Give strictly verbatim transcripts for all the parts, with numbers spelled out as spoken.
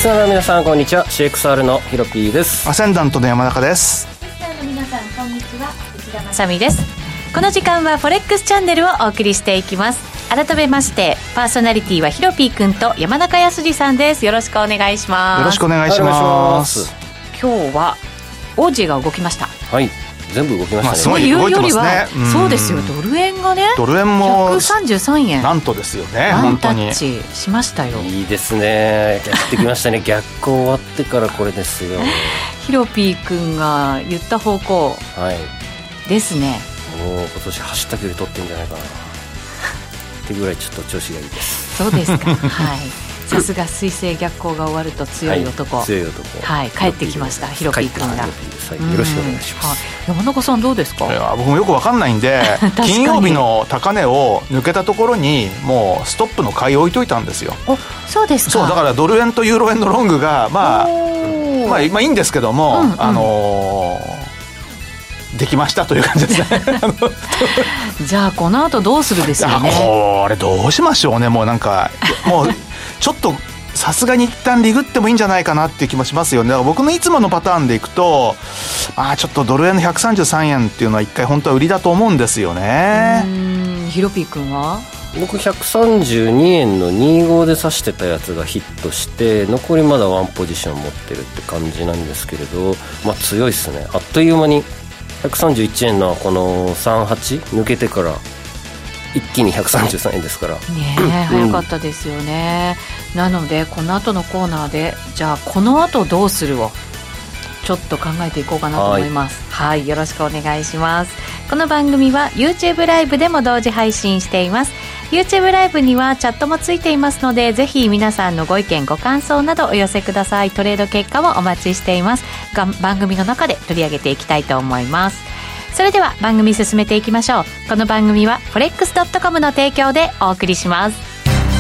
スナーの皆さんこんにちは。 シーエックスアール のヒロピーです。 アセンダントの山中です。 リスナーの皆さんこんにちは、内田まさみです。この時間はフォレックスチャンネルをお送りしていきます。改めましてパーソナリティはヒロピー君と山中康さんです。よろしくお願いします。 よろしくお願いします。 今日はオージーが動きました。 はい、全部動きましたね。まあ、 すごい動いてますね。 うん、そうですよ。ドル円がね、 ドル円もひゃくさんじゅうさんえんなんとですよね。 ワンタッチしましたよ。 いいですね。やってきましたね。逆行終わってからこれですよ。 ヒロピー君が言った方向ですね。 はい、もう今年走った距離取ってんじゃないかなってぐらいちょっと調子がいいです。 そうですか。はい。さすが水星逆行が終わると強い男、 はい、強い男、 はい、帰ってきました。ヒロピー君が、はい、よろしくお願いします。 山中さんどうですか？ いや僕もよく分かんないんで金曜日の高値を抜けたところにもうストップの買い置いといたんですよ。 お、そうですか。 そうだからドル円とユーロ円のロングがまあまあ、まあいいんですけども、うんうん、あのー、できましたという感じですね。 じゃあこの後どうするですよね。 これどうしましょうね。もうなんかもうちょっとさすがに一旦リグってもいいんじゃないかなっていう気もしますよね。だから僕のいつものパターンでいくと、あちょっとドル円のひゃくさんじゅうさんえんっていうのは一回本当は売りだと思うんですよね。 うーん、ヒロピー君は？ 僕ひゃくさんじゅうにえんのにじゅうごで指してたやつがヒットして残りまだワンポジション持ってるって感じなんですけれど、まあ強いですね。あっという間にひゃくさんじゅういちえんのこのさんじゅうはち抜けてから一気にひゃくさんじゅうさんえんですからねえ、うん、早かったですよね。なのでこの後のコーナーでじゃあこの後どうするをちょっと考えていこうかなと思います。はい、はい、よろしくお願いします。この番組は YouTube ライブでも同時配信しています。 YouTube ライブにはチャットもついていますので、ぜひ皆さんのご意見ご感想などお寄せください。トレード結果もお待ちしていますが、番組の中で取り上げていきたいと思います。それでは番組進めていきましょう。この番組は フォレックスドットコム の提供でお送りします。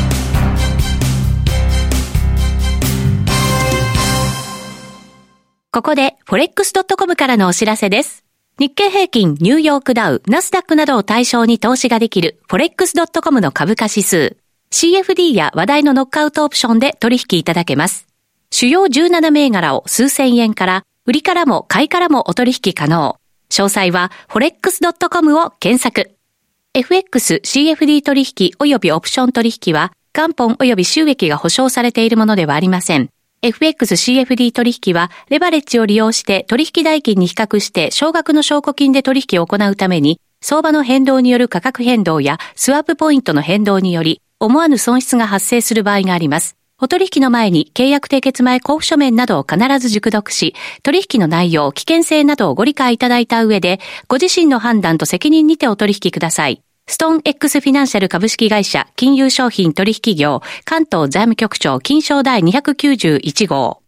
ここで フォレックスドットコム からのお知らせです。日経平均、ニューヨークダウ、ナスダックなどを対象に投資ができる フォレックスドットコム の株価指数。シーエフディー や話題のノックアウトオプションで取引いただけます。主要じゅうなな銘柄を数千円から、売りからも買いからもお取引可能。詳細は フォレックスドットコム を検索。エフエックス、シーエフディー 取引及びオプション取引は、元本及び収益が保証されているものではありません。エフエックスシーエフディー 取引は、レバレッジを利用して取引代金に比較して少額の証拠金で取引を行うために、相場の変動による価格変動やスワップポイントの変動により、思わぬ損失が発生する場合があります。お取引の前に契約締結前交付書面などを必ず熟読し、取引の内容、危険性などをご理解いただいた上で、ご自身の判断と責任にてお取引ください。ストーン X フィナンシャル株式会社金融商品取引業関東財務局長金商第にひゃくきゅうじゅういち号。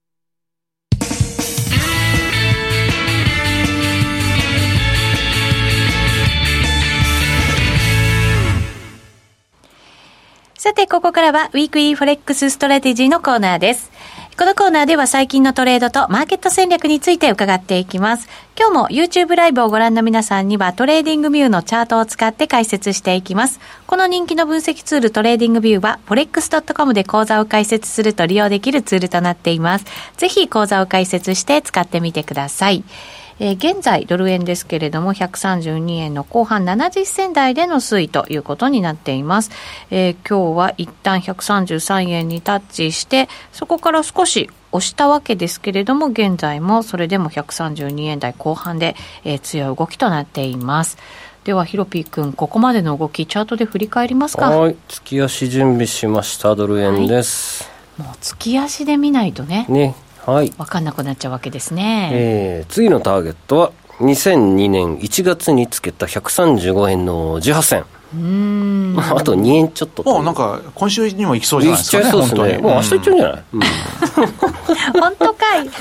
さて、ここからはウィークリーフォレックスストラテジーのコーナーです。このコーナーでは最近のトレードとマーケット戦略について伺っていきます。今日も YouTube ライブをご覧の皆さんにはトレーディングビューのチャートを使って解説していきます。この人気の分析ツールトレーディングビューは フォレックスドットコム で講座を開設すると利用できるツールとなっています。ぜひ講座を開設して使ってみてください。えー、現在ドル円ですけれどもひゃくさんじゅうにえんの後半ななじゅっ銭台での推移ということになっています。えー、今日は一旦ひゃくさんじゅうさんえんにタッチしてそこから少し押したわけですけれども、現在もそれでもひゃくさんじゅうにえん台後半で、えー、強い動きとなっています。ではヒロピー君、ここまでの動きチャートで振り返りますか？ はい、月足準備しました。ドル円です、 はい、もう月足で見ないとねね、はい、 分かんなくなっちゃうわけですね。 えー、次のターゲットはにせんにねんいちがつにつけたひゃくさんじゅうごえんのじゅうはち銭。うーんあとにえんちょっと。 もうなんか今週にも行きそうじゃないですかね。 行っちゃいそうですね。もう明日行っちゃうんじゃない、うん、 本当かい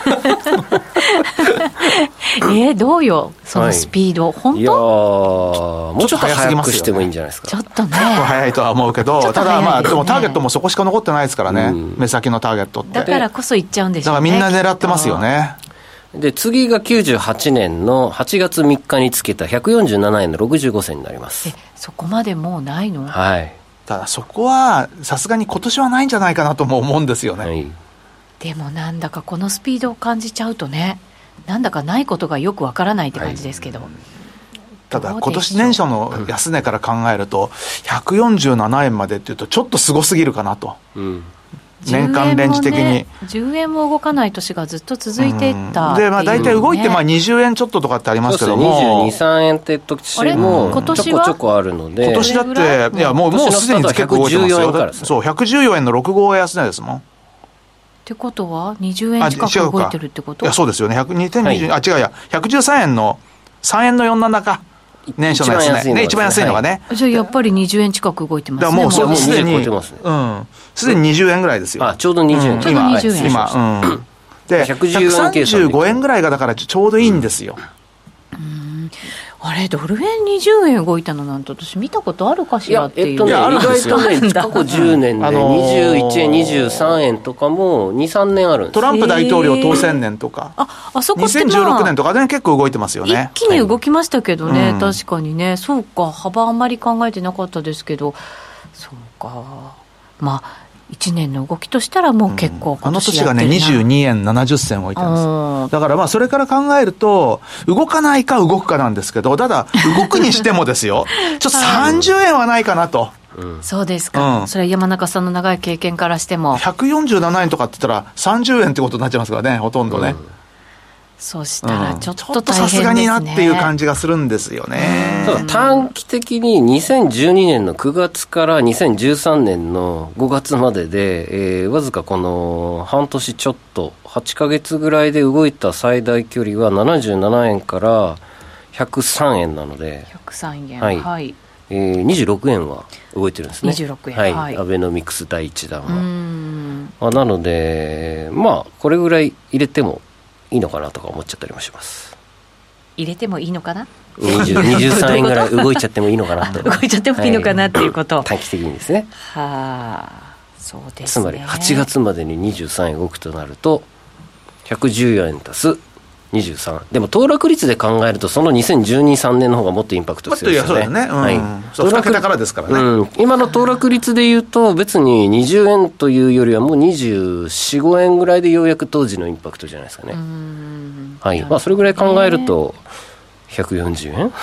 えー、どうよそのスピード、はい、本当？いやもうちょっと早くしてもいいんじゃないですか。 ちょっとね早いとは思うけど、ただまあでもターゲットもそこしか残ってないですからね、うん、目先のターゲットって。 だからこそ行っちゃうんでしょうね。 だからみんな狙ってますよね。 で次がきゅうじゅうはちねんのはちがつみっかにつけたひゃくよんじゅうななえんのろくじゅうご銭になります。 えそこまでもうないの？ はい。 ただそこはさすがに今年はないんじゃないかなとも思うんですよね、はい。 でもなんだかこのスピードを感じちゃうとね、なんだかないことがよくわからないって感じですけど、はい、 ただ今年年初の安値から考えるとひゃくよんじゅうななえんまでっていうとちょっとすごすぎるかなと、うん、年間レンジ的にじゅうえんも動かない年がずっと続いていったで、まあ、大体動いてまあにじゅうえんちょっととかってありますけども、 にじゅうに、さんえんって年もちょこちょこあるので、 今年だっていやもうもうすでに結構動いてますよ。そうひゃくじゅうよえんのろく号安値ですもん。 ってことはにじゅうえん近く動いてるってこと？ いやそうですよね。にせんにじゅう、はい、あ違うやひゃくじゅうさんえんのさんえんのよんじゅうななか年初の安値ね、一番安いのがね、 はい、じゃあやっぱりにじゅうえん近く動いてますね。 だからもうそうもうすでに、 うん、 すでににじゅうえんぐらいですよ。 あちょうどにじゅうえん、 うん、今にじゅうえん今、うん、でひゃくさんじゅうごえんぐらいがだからちょうどいいんですよ。 うん、あれドル円にじゅうえん動いたのなんて私見たことあるかしらっていう。 いや、えっとね、 いやあるんですよ。 意外とね過去じゅうねんでにじゅういちえんにじゅうさんえんとかもに、さんねんあるんです。 トランプ大統領当選年とか、 ああそこって、まあ、 にせんじゅうろくねんとかね結構動いてますよね。 一気に動きましたけどね、はい、 うん、 確かにね。そうか、幅あんまり考えてなかったですけど、そうか、まあいちねんの動きとしたらもう結構今年やってるな、うん、あの年がねにじゅうにえんななじゅっせん置いてるんです。だからまあそれから考えると動かないか動くかなんですけど、ただ動くにしてもですよちょっとさんじゅうえんはないかなと、 うん、そうですか、うん、それは山中さんの長い経験からしてもひゃくよんじゅうななえんとかって言ったらさんじゅうえんってことになっちゃいますからね、ほとんどね、うん、 そうしたらちょっと大変ですね、うん、ちょっとさすがになっていう感じがするんですよね。 ただ短期的ににせんじゅうにねんのくがつからにせんじゅうさんねんのごがつまでで、えー、わずかこの半年ちょっとはちかげつぐらいで動いた最大距離はななじゅうななえんからひゃくさんえんなのでひゃくさんえん、 はい、 はい、 えー、にじゅうろくえんは動いてるんですね。 にじゅうろくえん、 はい、 はい、 アベノミクスだいいちだんは。 うーん、 まあ、なのでまあこれぐらい入れてもいいのかなとか思っちゃったりもします。 入れてもいいのかな、 にじゅう、にじゅうさんえんぐらい動いちゃってもいいのかなと動いちゃってもいいのかなっていうこと、 はい、短期的にですね。 はあ、そうですね。 つまりはちがつまでににじゅうさんえん動くとなるとひゃくじゅうよえん足すにじゅうさん、でも騰落率で考えるとそのにせんじゅうに、さんねんの方がもっとインパクト強いですよね。 もっといやそうだね、うん、はい、そうにけたからですからね、 うん、今の騰落率でいうと別ににじゅうえんというよりはもうにじゅうよん、ごえんぐらいでようやく当時のインパクトじゃないですかね。うん、はい、まあ、それぐらい考えるとひゃくよんじゅうえん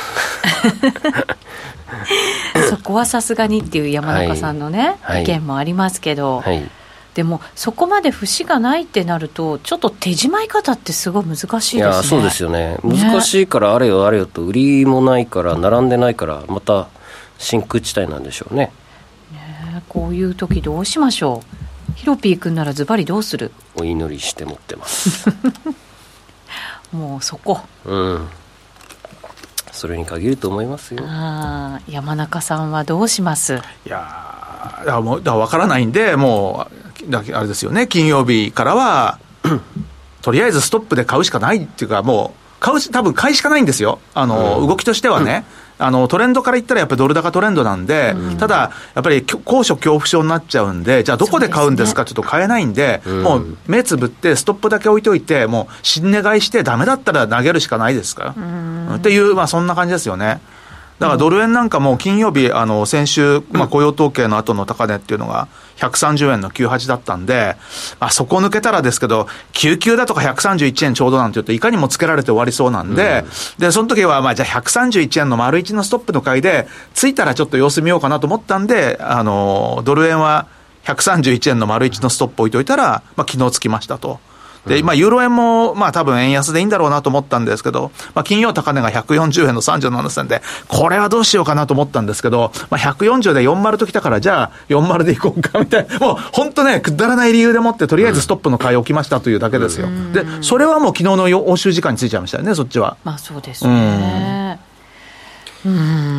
そこはさすがにっていう山中さんのね、はい、意見もありますけど、はい、でもそこまで節がないってなるとちょっと手仕舞い方ってすごい難しいですね。いやそうですよね、難しいからあれよあれよと売りもないから並んでないからまた真空地帯なんでしょう ね, ね。こういう時どうしましょう。ヒロピー君ならズバリどうする？ お祈りして持ってますもうそこ、 うん、それに限ると思いますよ。 あ、山中さんはどうします？ いやだからもうだから分からないんで、もうあれですよね、金曜日からはとりあえずストップで買うしかないっていうか、もう買うし多分買いしかないんですよ、あの、うん、動きとしてはね、うん、あのトレンドから言ったらやっぱりドル高トレンドなんで、うん、ただやっぱり高所恐怖症になっちゃうんで、じゃあどこで買うんですか、ちょっと買えないんで、うん、もう目つぶってストップだけ置いといて、もう新値買いしてダメだったら投げるしかないですから、うん、っていう、まあ、そんな感じですよね。だからドル円なんかも金曜日、あの先週、まあ、雇用統計の後の高値っていうのがひゃくさんじゅうえんのきゅうじゅうはちだったんで、まあ、そこ抜けたらですけどきゅうじゅうきゅうだとかひゃくさんじゅういちえんちょうどなんて言うといかにもつけられて終わりそうなんで、うん、でその時はまあじゃあひゃくさんじゅういちえんの丸いちのストップの買いでついたらちょっと様子見ようかなと思ったんで、あのドル円はひゃくさんじゅういちえんの丸いちのストップ置いといたら、まあ、昨日つきましたと。で、まあ、ユーロ円も、まあ、多分円安でいいんだろうなと思ったんですけど、まあ、金曜高値がひゃくよんじゅうえんのさんじゅうななせんで、これはどうしようかなと思ったんですけど、まあ、ひゃくよんじゅうでよんじゅうときたから、じゃあよんじゅうでいこうかみたいな、もう本当ね、くだらない理由でもって、とりあえずストップの買い置きましたというだけですよ。で、それはもう昨日の欧州時間についちゃいましたよね、そっちは。 まあ、そうですね。 うん、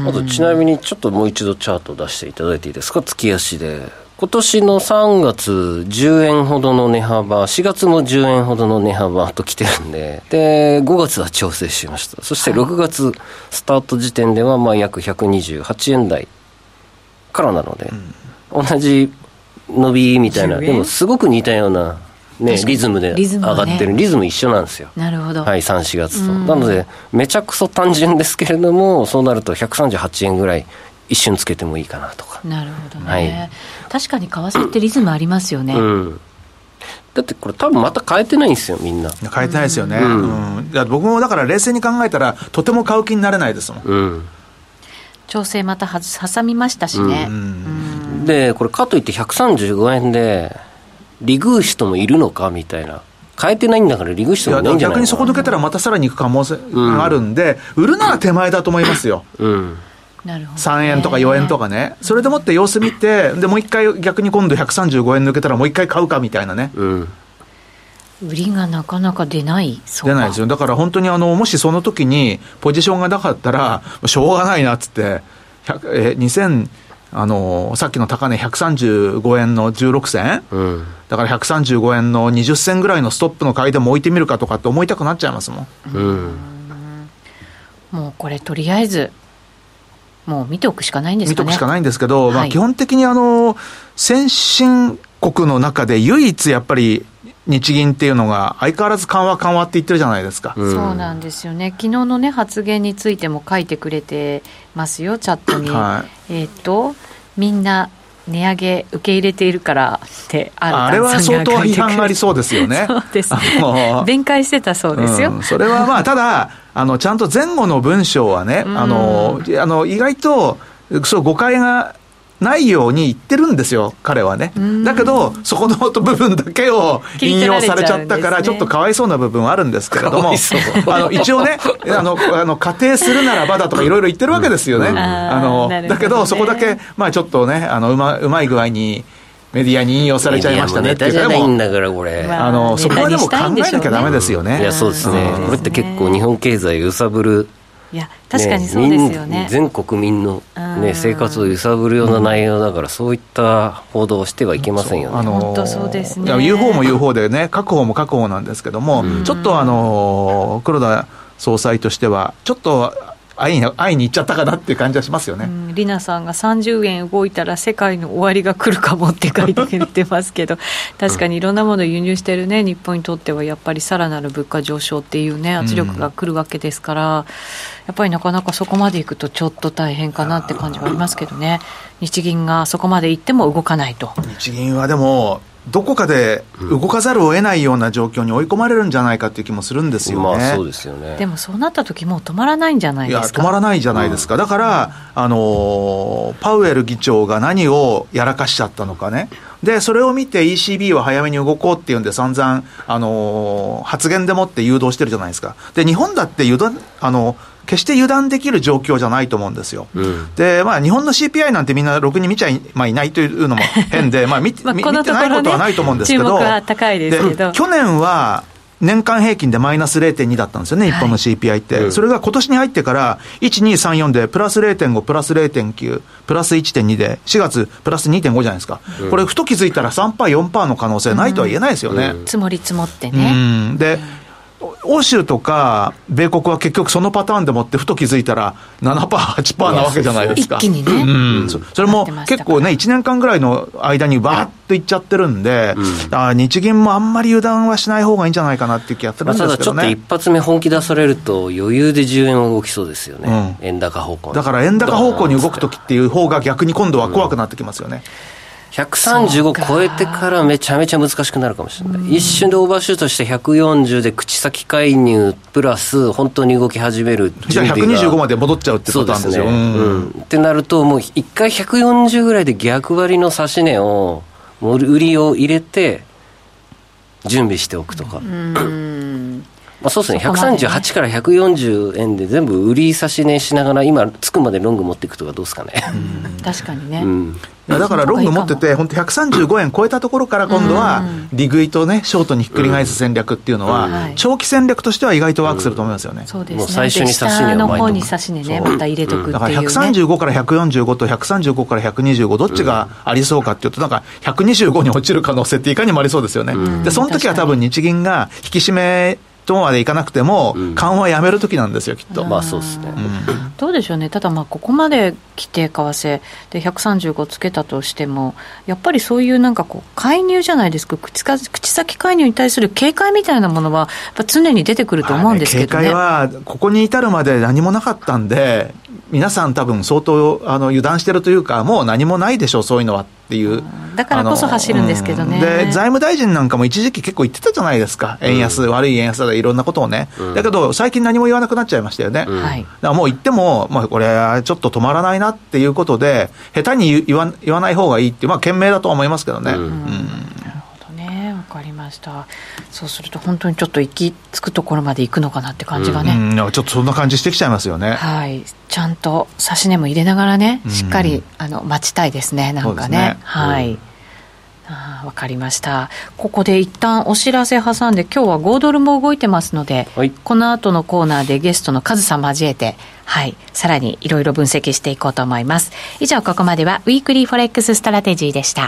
あとちなみにちょっともう一度チャート出していただいていいですか、月足で。今年のさんがつじゅうえんほどの値幅、しがつもじゅうえんほどの値幅と来てるんで、でごがつは調整しました。そしてろくがつスタート時点ではまあ約ひゃくにじゅうはちえん台からなので、うん、同じ伸びみたいな、でもすごく似たような、ね、リズムで上がってる、リズム一緒なんですよ。 なるほど。 はい、さん、しがつと。なのでめちゃくそ単純ですけれども、そうなるとひゃくさんじゅうはちえんぐらい一瞬つけてもいいかなとか。 なるほどね、はい、確かに為替ってリズムありますよね、 うん、 だってこれ多分また変えてないんですよ、みんな。 変えてないですよね、うんうん、いや僕もだから冷静に考えたらとても買う気になれないですもん、うん、 調整または挟みましたしね、うんうん、でこれかといってひゃくさんじゅうごえんで利食う人もいるのかみたいな、変えてないんだから利食う人もいないんじゃないかな。逆にそこ抜けたらまたさらに行く可能性があるんで、うん、売るなら手前だと思いますよ、うんなるほどね、 さんえんとかよえんとかね、それでもって様子見て、でもう一回逆に今度ひゃくさんじゅうごえん抜けたらもう一回買うかみたいなね、うん、 売りがなかなか出ないそう出ないですよ。だから本当にあのもしその時にポジションがなかったらしょうがないなっつってえにせんあのさっきの高値ひゃくさんじゅうごえんのじゅうろくせん、うん、だからひゃくさんじゅうごえんのにじゅっせんぐらいのストップの買いでも置いてみるかとかって思いたくなっちゃいますもん、うん、 もうこれとりあえずもう見ておくしかないんですかね。 見ておくしかないんですけど、 はい、 まあ、基本的にあの先進国の中で唯一やっぱり日銀っていうのが相変わらず緩和緩和って言ってるじゃないですか、 うん、そうなんですよね。昨日のね発言についても書いてくれてますよ、チャットに、はい、えっ、ー、とみんな値上げ受け入れているからってあ, あれは相当批判がありそうですよね。 そうですね、弁解してたそうですよ、 うん、それはまあただあのちゃんと前後の文章はね、あのあの意外とそう誤解がないように言ってるんですよ彼はね。だけどそこの部分だけを引用されちゃったからちょっとかわいそうな部分はあるんですけれども、あの一応ねあのあの仮定するならばだとかいろいろ言ってるわけですよね、うん、あのだけどそこだけまあちょっとねあのうま、うまい具合にメディアに引用されちゃいましたねっていう。 ネタじゃないんだからこれ、 あのそこはでも考えなきゃダメですよね。 いやそうですね、これって結構日本経済揺さぶる、 いや確かにそうですよね、 全国民の、ね、生活を揺さぶるような内容だから、うん、そういった報道をしてはいけませんよね。 本当そうですね。 言う方も言う方でね、書く方も書く方なんですけども、うん、ちょっとあの黒田総裁としてはちょっと会いに、会いに行っちゃったかなっていう感じはしますよね。 うん、リナさんがさんじゅうえん動いたら世界の終わりが来るかもって書いてくれてますけど確かにいろんなものを輸入してるね日本にとってはやっぱりさらなる物価上昇っていうね圧力が来るわけですから、うん、やっぱりなかなかそこまでいくとちょっと大変かなって感じはありますけどね。日銀がそこまで行っても動かないと。 日銀はでもどこかで動かざるを得ないような状況に追い込まれるんじゃないかっていう気もするんですよね。 まあそうですよね。 でもそうなった時もう止まらないんじゃないですか。 いや止まらないじゃないですか、うん、だから、あのー、パウエル議長が何をやらかしちゃったのかね。でそれを見て イーシービー は早めに動こうっていうんで散々、あのー、発言でもって誘導してるじゃないですか。で日本だって油断あの決して油断できる状況じゃないと思うんですよ、うん、でまあ日本の シーピーアイ なんてみんなろくに見ちゃい、まあ、いないというのも変で、まあ 見, まあ見てないことはないと思うんですけど、 注目は高いですけど、 去年は年間平均でマイナス れいてんに だったんですよね、日本の シーピーアイ って、はい、それが今年に入ってからいちにさんよんでプラス れいてんご プラス れいてんきゅう プラス いってんに でしがつプラス にてんご じゃないですか、うん、これふと気づいたら さんパーセント、よんパーセント の可能性ないとは言えないですよね、うんうん、 積もり積もってね、 うんで欧州とか米国は結局そのパターンでもってふと気づいたら ななパーセント、はちパーセント なわけじゃないですか。 一気にね、 うん、そ, それも結構ねいちねんかんぐらいの間にバーッといっちゃってるんで、うん、あ日銀もあんまり油断はしない方がいいんじゃないかなっていう気がするんですけどね、まあ、ただちょっと一発目本気出されると余裕でじゅうえんは動きそうですよね、うん、円高方向だから円高方向に動くときっていう方が逆に今度は怖くなってきますよね、うんひゃくさんじゅうご超えてからめちゃめちゃ難しくなるかもしれない。一瞬でオーバーシュートしてひゃくよんじゅうで口先介入プラス本当に動き始めるじゃあひゃくにじゅうごまで戻っちゃうってことなんですよ。 そうですね、うん、ってなるともう一回ひゃくよんじゅうぐらいで逆張りの指し値をもう売りを入れて準備しておくとか、うんまあ、そうですね、ひゃくさんじゅうはちからひゃくよんじゅうえんで全部売り差し値しながら今つくまでロング持っていくとかどうですかね。 うん確かにね、 うんいやだからロング持ってて本当ひゃくさんじゅうごえん超えたところから今度は利食いとねショートにひっくり返す戦略っていうのは長期戦略としては意外とワークすると思いますよね、うん、 そうですね。 もう最初に差し値を下の方に差し値ねまた入れとくっていうね、 だからひゃくさんじゅうごからひゃくよんじゅうごとひゃくさんじゅうごからひゃくにじゅうごどっちがありそうかっていうとなんかひゃくにじゅうごに落ちる可能性っていかにもありそうですよね、うん、でその時は多分日銀が引き締めとまでいかなくても、うん、緩和やめるときなんですよきっと。 まあそうですね、 うん、どうでしょうね。ただまあここまで来て為替でひゃくさんじゅうごつけたとしてもやっぱりそういうなんかこう介入じゃないですか。 口, 口先介入に対する警戒みたいなものはやっぱ常に出てくると思うんですけどね。 警戒はここに至るまで何もなかったんで皆さん多分相当あの油断してるというか、もう何もないでしょうそういうのはっていう、 だからこそ走るんですけどね、 うん、で財務大臣なんかも一時期結構言ってたじゃないですか、円安、うん、悪い円安でいろんなことをね、うん、だけど最近何も言わなくなっちゃいましたよね、うん、だからもう言っても、まあ、これちょっと止まらないなっていうことで下手に言わ、言わない方がいいっていう、まあ賢明だとは思いますけどね、うんうんわかりました。そうすると本当にちょっと行き着くところまで行くのかなって感じがね、 うんうん、ちょっとそんな感じしてきちゃいますよね。 はい、ちゃんと指し値も入れながらね、しっかり、うん、あの待ちたいですね、なんか ね, ねはい、うん、あ、わかりました。ここで一旦お知らせ挟んで、今日はごドルも動いてますので、はい、この後のコーナーでゲストのカズさん交えて、はい、さらにいろいろ分析していこうと思います。以上、ここまではウィークリーフォレックスストラテジーでした。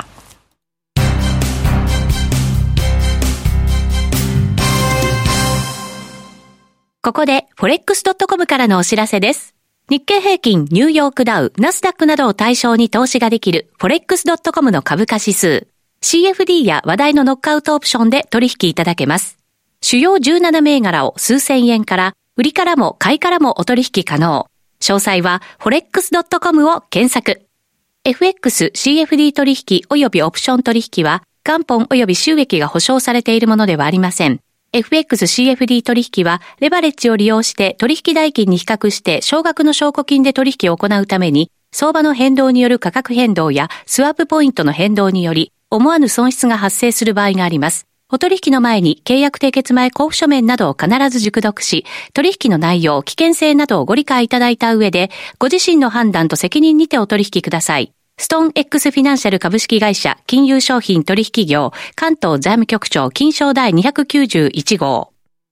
ここで フォレックスドットコム からのお知らせです。日経平均、ニューヨークダウ、ナスダックなどを対象に投資ができる フォレックスドットコム の株価指数。シーエフディー や話題のノックアウトオプションで取引いただけます。主要じゅうなな銘柄を数千円から、売りからも買いからもお取引可能。詳細は フォレックスドットコム を検索。エフエックス、シーエフディー 取引及びオプション取引は、元本及び収益が保証されているものではありません。エフエックスシーエフディー 取引は、レバレッジを利用して取引代金に比較して少額の証拠金で取引を行うために、相場の変動による価格変動やスワップポイントの変動により、思わぬ損失が発生する場合があります。お取引の前に契約締結前交付書面などを必ず熟読し、取引の内容、危険性などをご理解いただいた上で、ご自身の判断と責任にてお取引ください。ストーン X フィナンシャル株式会社金融商品取引業関東財務局長金商第にひゃくきゅうじゅういち号。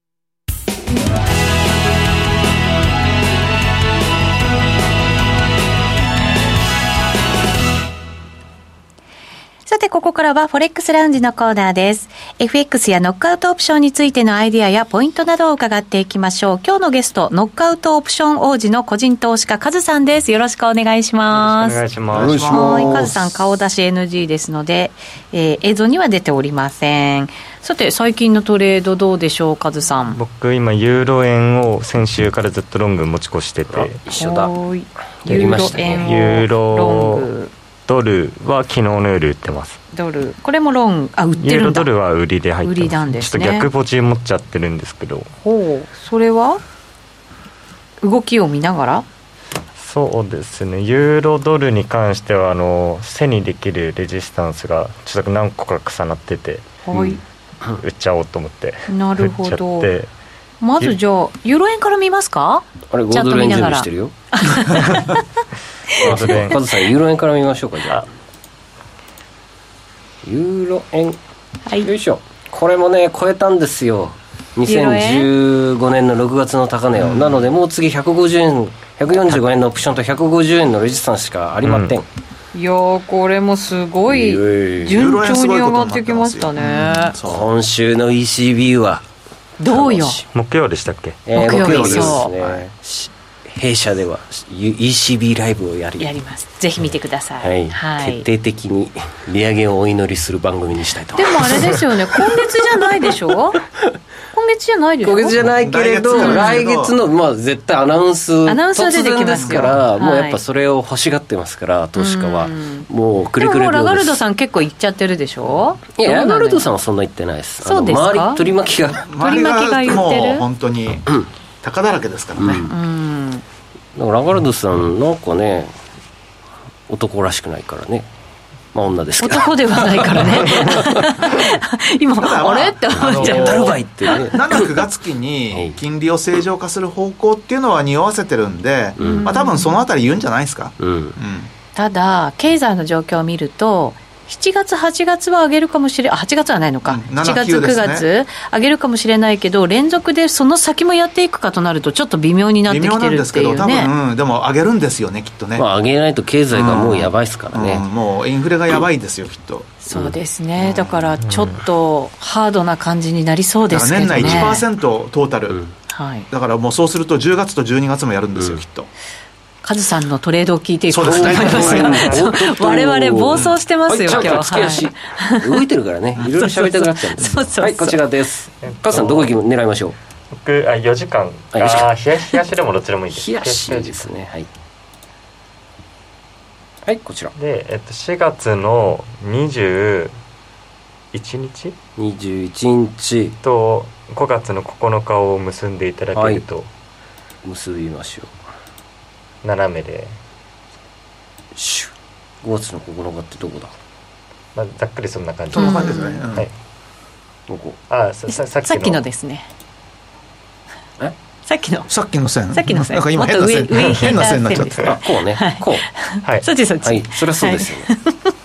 さて、ここからはフォレックスラウンジのコーナーです。 エフエックス やノックアウトオプションについてのアイデアやポイントなどを伺っていきましょう。今日のゲスト、ノックアウトオプション王子の個人投資家カズさんです。よろしくお願いします。 よろしくお願いします。 はい、カズさん顔出し エヌジー ですので、えー、映像には出ておりません。さて、最近のトレードどうでしょう、カズさん。 僕今ユーロ円を先週からずっとロング持ち越してて、 一緒だ、 やりましたね。 ユーロロングドルは昨日の夜売ってます。 ドル、これもロン、あ、売ってるんだ。ユーロドルは売りで入ってます。 売りなんですね。 ちょっと逆ポジ持っちゃってるんですけど。 ほう、それは動きを見ながら。 そうですね、ユーロドルに関してはあの背にできるレジスタンスがちょっと何個か重なってて、はい、売っちゃおうと思ってなるほど。売っちゃって、まずじゃあユーロ円から見ますか。 あれごドル円準備してるよ。カズさんユーロ円から見ましょうか。じゃあユーロ円、はい、よいしょ。これもね超えたんですよ、にせんじゅうごねんのろくがつの高値を、うん、なのでもう次ひゃくごじゅうえん、ひゃくよんじゅうごえんのオプションとひゃくごじゅうえんのレジスタンスしかありません、うん、いやこれもすごい順調に上がってきましたね、 うん、今週の イーシービー はどうよ。 木曜でしたっけ。 えー、木曜日ですね、 はい、弊社では イーシービー ライブをやりやります。ぜひ見てください、 はいはい、徹底的に利上げをお祈りする番組にしたいと思います。 でもあれですよね、今月じゃないでしょ。今月じゃないでしょ。 今月じゃないけれど来月の、まあ、絶対アナウンスアナウンスは出てきますから、 はい、もうやっぱそれを欲しがってますから投資家は。もうくれくれでももうラガルドさん結構言っちゃってるでしょ。 いやラガルドさんはそんな言ってないです。 そうですか。 周り取り巻きが取り巻きが言ってる。 もう本当に高だらけですからね、うんうんうん、ラガルドさんなんかね男らしくないからね。まあ女ですけど男ではないからね。今、まあ、あれって思っちゃったるばいってね。 なな、くがつ期に金利を正常化する方向っていうのは匂わせてるんで、うん、まあ、多分そのあたり言うんじゃないですか、うんうん、 ただ経済の状況を見るとしちがつはちがつは上げるかもしれない。はちがつはないのか、うん、しちがつくがつ上げるかもしれないけど連続でその先もやっていくかとなるとちょっと微妙になってきてるっていうね。微妙なんですけど多分、うん、でも上げるんですよねきっとね、 まあ、上げないと経済がもうやばいですからね、 うんうん、もうインフレがやばいですよ、うん、きっと。 そうですね、うん、だからちょっとハードな感じになりそうですけどね。 年内 いちパーセント トータル、うん、 はい、 だからもうそうするとじゅうがつとじゅうにがつもやるんですよ、うん、きっと。 カズさんのトレードを聞いていこうと思いますが我々暴走してますよ、はい、今日、 はい、動いてるからねいろいろ喋りたくなっちゃうんです。そうそうそう、はい、こちらです。カズさんどこ狙いましょう。 僕あよじかん、あ冷やしでもどちらもいいです。 冷やしですね、はい、 はい、こちらで、えっと、しがつのにじゅういちにちにじゅういちにちとごがつのここのかを結んでいただけると、はい、 結びましょう。斜めでシュごがつのここのかってどこだ、 まあ、ざっくりそんな感じ。 そんな感じですね、うん、 はい。 どこあさ, さ, さ, っさっきのですね。 えさっきのさっきの線さっきの線なんか今変な線上上変な線になっちゃって、 あこうね、はい、こうはいそっちそっち、 はい、それはそうですよね、はい、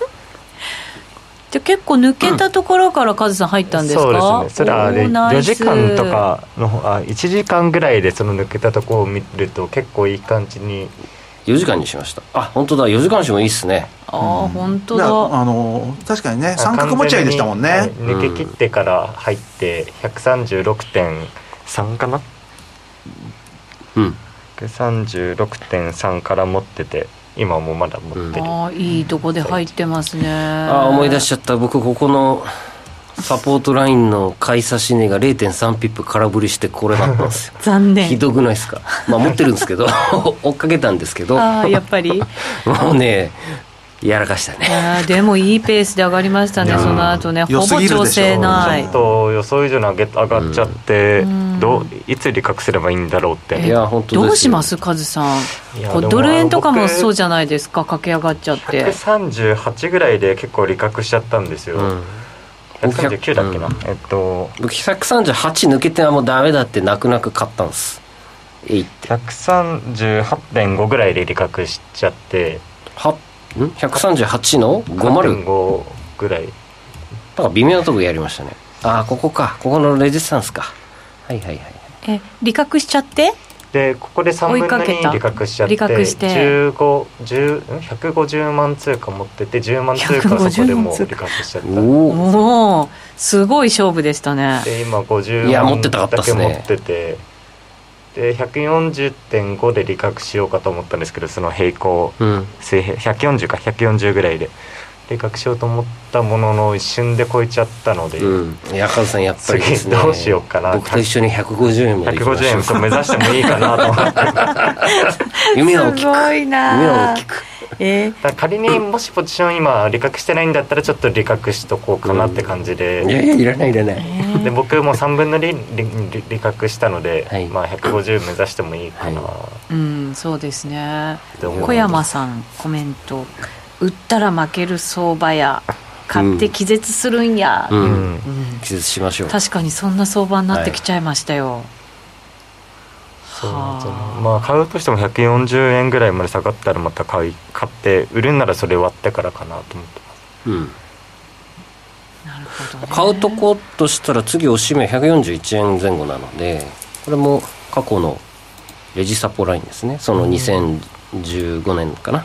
じゃ結構抜けたところからカズさん入ったんですか、 うん、そうですね。それはでよじかんとかのあいちじかんぐらいでその抜けたところを見ると結構いい感じに。 よじかんにしました。あ、本当だ、よじかん足もいいっすね。 あ、うん、本当だ。 あの確かにね、三角持ち合いでしたもんね、はい、 抜け切ってから入ってひゃくさんじゅうろくてんさんかな、 うん、 ひゃくさんじゅうろくてんさんから持ってて今もまだ持ってる、 うん、あ、いいとこで入ってますね。 あ、思い出しちゃった。僕ここのサポートラインの買い差し値が れいてんさん ピップ空振りしてこれだったんですよ残念。 ひどくないですか。まあ持ってるんですけど追っかけたんですけど、 あ、やっぱりもうねやらかしたね。 あ、でもいいペースで上がりましたね。その後ね、ほぼ調整ない。 ちょっと予想以上に上げ上がっちゃって、うん、どういつ利確すればいいんだろうって。 いや本当ですよ。 どうしますカズさん。こうドル円とかもそうじゃないですか、駆け上がっちゃってひゃくさんじゅうはちぐらいで結構利確しちゃったんですよ、うん、ひゃくさんじゅうきゅうだっけな、うん、えっと僕ひゃくさんじゅうはち抜けてはもうダメだって泣く泣く買ったんです。 ひゃくさんじゅうはちてんご ぐらいで利確しちゃってはんひゃくさんじゅうはちの ごじゅうはちてんご ぐらいなんか微妙なとこやりましたね。ああ、ここか、ここのレジスタンスか。はいはいはい。 え、利確しちゃってでここでさんぶんのに利確しちゃって、利確してじゅうご、じゅう、ひゃくごじゅうまん通貨持っててじゅうまん通貨そこでもう利確しちゃった。 おお、すごい勝負でしたね。 で今ごじゅうまんだけ持ってて、で ひゃくよんじゅってんご で利確しようかと思ったんですけど、その平行、うん、水平ひゃくよんじゅうかひゃくよんじゅうぐらいで利確しようと思ったものの一瞬で超えちゃったので、うん、 いやカズさんやっぱりですね、 次どうしようかな、 僕と一緒にひゃくごじゅうえんまで行きましょう。ひゃくごじゅうえん目指してもいいかなと思って夢は大きく、 すごいな、 夢は大きく、 えー、 だ仮にもしポジション今利確してないんだったらちょっと利確しとこうかなって感じで、 うん、いやいやいらないいらない、 で僕もさんぶんの利利確したので、はい、まあ、ひゃくごじゅう目指してもいいかな、はい、 うん、そうですね。小山さんコメント、売ったら負ける相場や買って気絶するんや、 うんうんうん、気絶しましょう。 確かにそんな相場になってきちゃいましたよ、はい、 そうなんですよね。まあ買うとしてもひゃくよんじゅうえんぐらいまで下がったらまた買い買って売るんならそれ割ってからかなと思ってます、うん、 なるほどね。 買うとことしたら次おしめひゃくよんじゅういちえんぜん後なので、これも過去のレジサポラインですね。そのにせんじゅうごねんかな、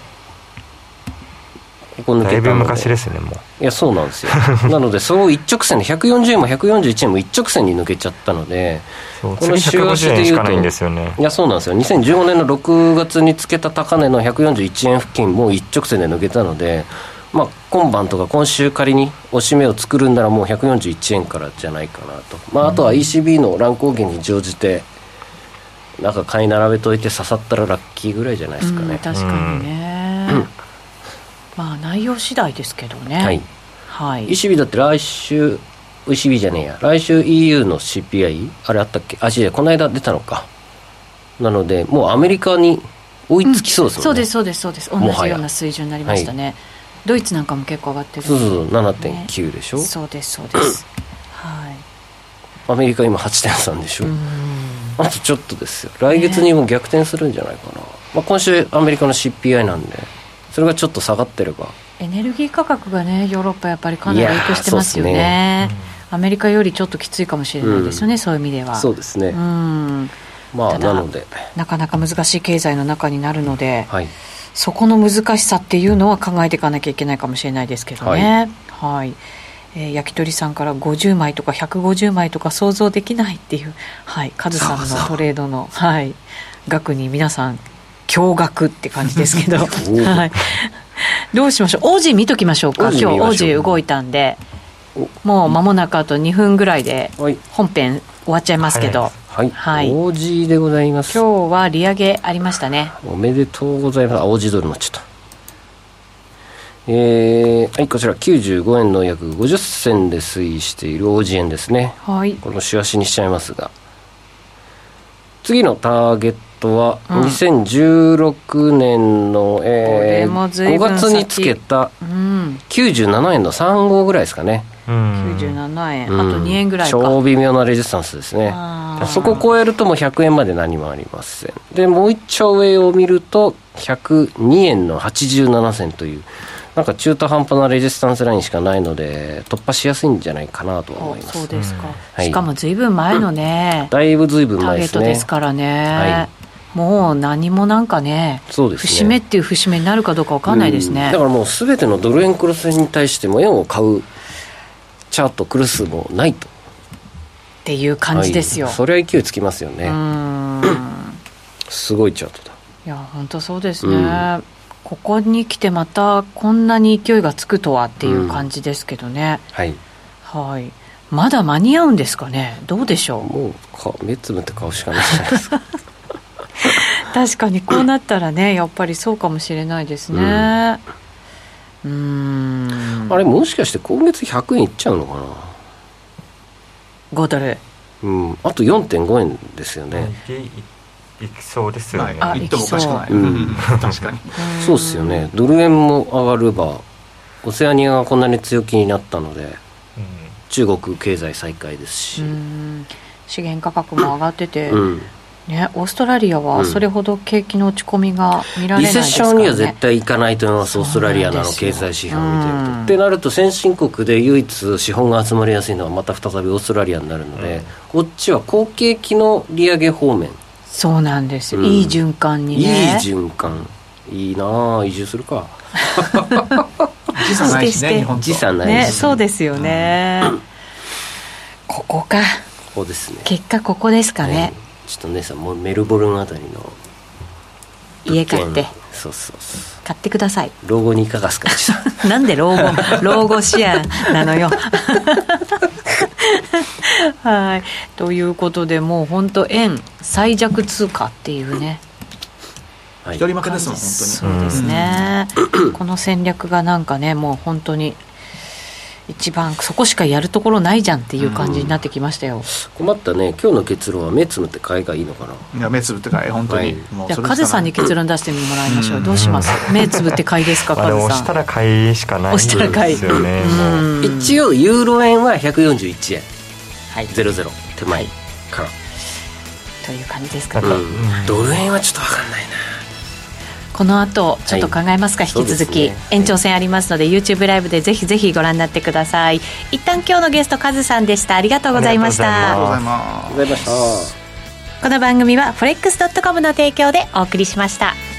ここ抜けたのでだいぶ昔ですね。もういやそうなんですよなのでそう一直線でひゃくよんじゅうえんもひゃくよんじゅういちえんも一直線に抜けちゃったので、 そうこの週足でいうといやそうなんですよ。にせんじゅうごねんのろくがつにつけた高値のひゃくよんじゅういちえん付近も一直線で抜けたので、まあ今晩とか今週仮に押し目を作るんならもうひゃくよんじゅういちえんからじゃないかなと、まあ、あとは イーシービー の乱高下に乗じてなんか買い並べといて刺さったらラッキーぐらいじゃないですかね、 うん、確かにね、うん、まあ内容次第ですけどね、 はいはい、イーシービー だって来週 イーシービー じゃねえや来週 イーユー の シーピーアイ あれあったっけ、あ、違う、この間出たのか。なのでもうアメリカに追いつきそうですもんね、うん、そうですそうですそうです、同じような水準になりましたね、はい、ドイツなんかも結構上がってる、ね、 そうそう ななてんきゅう でしょ、 そうですそうですはい、 アメリカ今 はちてんさん でしょ、うん、あとちょっとですよ。来月にも逆転するんじゃないかな、ね。まあ、今週アメリカの シーピーアイ なんで、それがちょっと下がってれば。 エネルギー価格がね、ヨーロッパやっぱりかなり影響してますよ ね, ね、うん、アメリカよりちょっときついかもしれないですよね、うん、そういう意味では。 そうですね、うん、まあなのでなかなか難しい経済の中になるので、 はい、 そこの難しさっていうのは考えていかなきゃいけないかもしれないですけどね、はいはい、えー、焼き鳥さんからごじゅうまいとかひゃくごじゅうまいとか想像できないっていう、はい、カズさんのトレードの、はい、額に皆さん驚愕って感じですけど、はい、どうしましょう。オージー見ときましょうか。今日オージー動いたんでもう間もなくあとにふんぐらいで本編終わっちゃいますけど、 はい、はい、オージーでございます。 今日は利上げありましたね。 おめでとうございます。あ、オージードルのちょっとえーはい、こちらきゅうじゅうごえんの約ごじゅっ銭で推移しているオージー円ですね。 はい、 この週足にしちゃいますが、次のターゲットはにせんじゅうろくねんの、うんえー、ごがつにつけたきゅうじゅうななえんのさん号ぐらいですかね。 きゅうじゅうななえん、あとにえんぐらいか、 超微妙なレジスタンスですね。そこを超えるともうひゃくえんまで何もありません。でもう一丁上を見るとひゃくにえんのはちじゅうなな銭という、なんか中途半端なレジスタンスラインしかないので突破しやすいんじゃないかなとは思います。 そうですか、 はい、 しかもずいぶん前のね、 だいぶずいぶん前ですね。 ターゲットですからね、 はい、 もう何もなんかね、 そうですね、 節目っていう節目になるかどうか分かんないですね。 だからもう全てのドル円クロス円に対しても円を買うチャートクルスもないとっていう感じですよ、 はい、それは勢いつきますよね。うーんすごいチャートだ。 いや本当そうですね、うん、ここに来てまたこんなに勢いがつくとはっていう感じですけどね、 うん、はい、 はい、まだ間に合うんですかね。どうでしょう。 もうか目つぶって買うしかないじゃないですか確かにこうなったらねやっぱりそうかもしれないですね。うーん、 あれもしかして今月ひゃくえんいっちゃうのかな。 ごドル、 うん、あと よんてんごえんですよね。 いきそうですよね。 あ、いってもおかしくない、うん、確かにそうですよね。ドル円も上がればオセアニアがこんなに強気になったので、うん、中国経済再開ですし、うん、 資源価格も上がってて、 うんね、オーストラリアはそれほど景気の落ち込みが見られないですからね、 リセッションには絶対いかないと思います。オーストラリアのあの経済指標を見てると、うん、ってなると先進国で唯一資本が集まりやすいのはまた再びオーストラリアになるので、うん、こっちは好景気の利上げ方面。 そうなんですよ、うん、いい循環にね。 いい循環いいなあ、移住するか時差ないしね、日本と時差ないし、 ね、そうですよね、うん、ここか、 ここですね。 結果ここですかね、はい、 ちょっと姉さんもうメルボルンあたりの家買って、 そうそうそう、 買ってください。 老後にいかがですかなんで老後老後シェアなのよはい、ということでもう本当円最弱通貨っていうね、 はい、一人負けですもん本当に。 そうですね、この戦略がなんかねもう本当に一番そこしかやるところないじゃんっていう感じになってきましたよ、うん、 困ったね。今日の結論は目つぶって買いがいいのかな。 いや目つぶって買い本当に、はい、 もうじゃあカズさんに結論出してもらいましょう、うん、どうします、目つぶって買いですかカズさん。 押したら買いしかないですよね。 もう一応ユーロ円はひゃくよんじゅういちえん、はい、ゼロゼロ手前から、はい、 という感じですかね、 うん、ドル円はちょっと分かんないな。 この後ちょっと考えますか、はい、引き続き、ね、延長戦ありますので、はい、YouTube ライブでぜひぜひご覧になってください。一旦今日のゲストカズさんでした。ありがとうございました。 ありがとうございます。 ありがとうございました。 この番組は フォレックスドットコム の提供でお送りしました。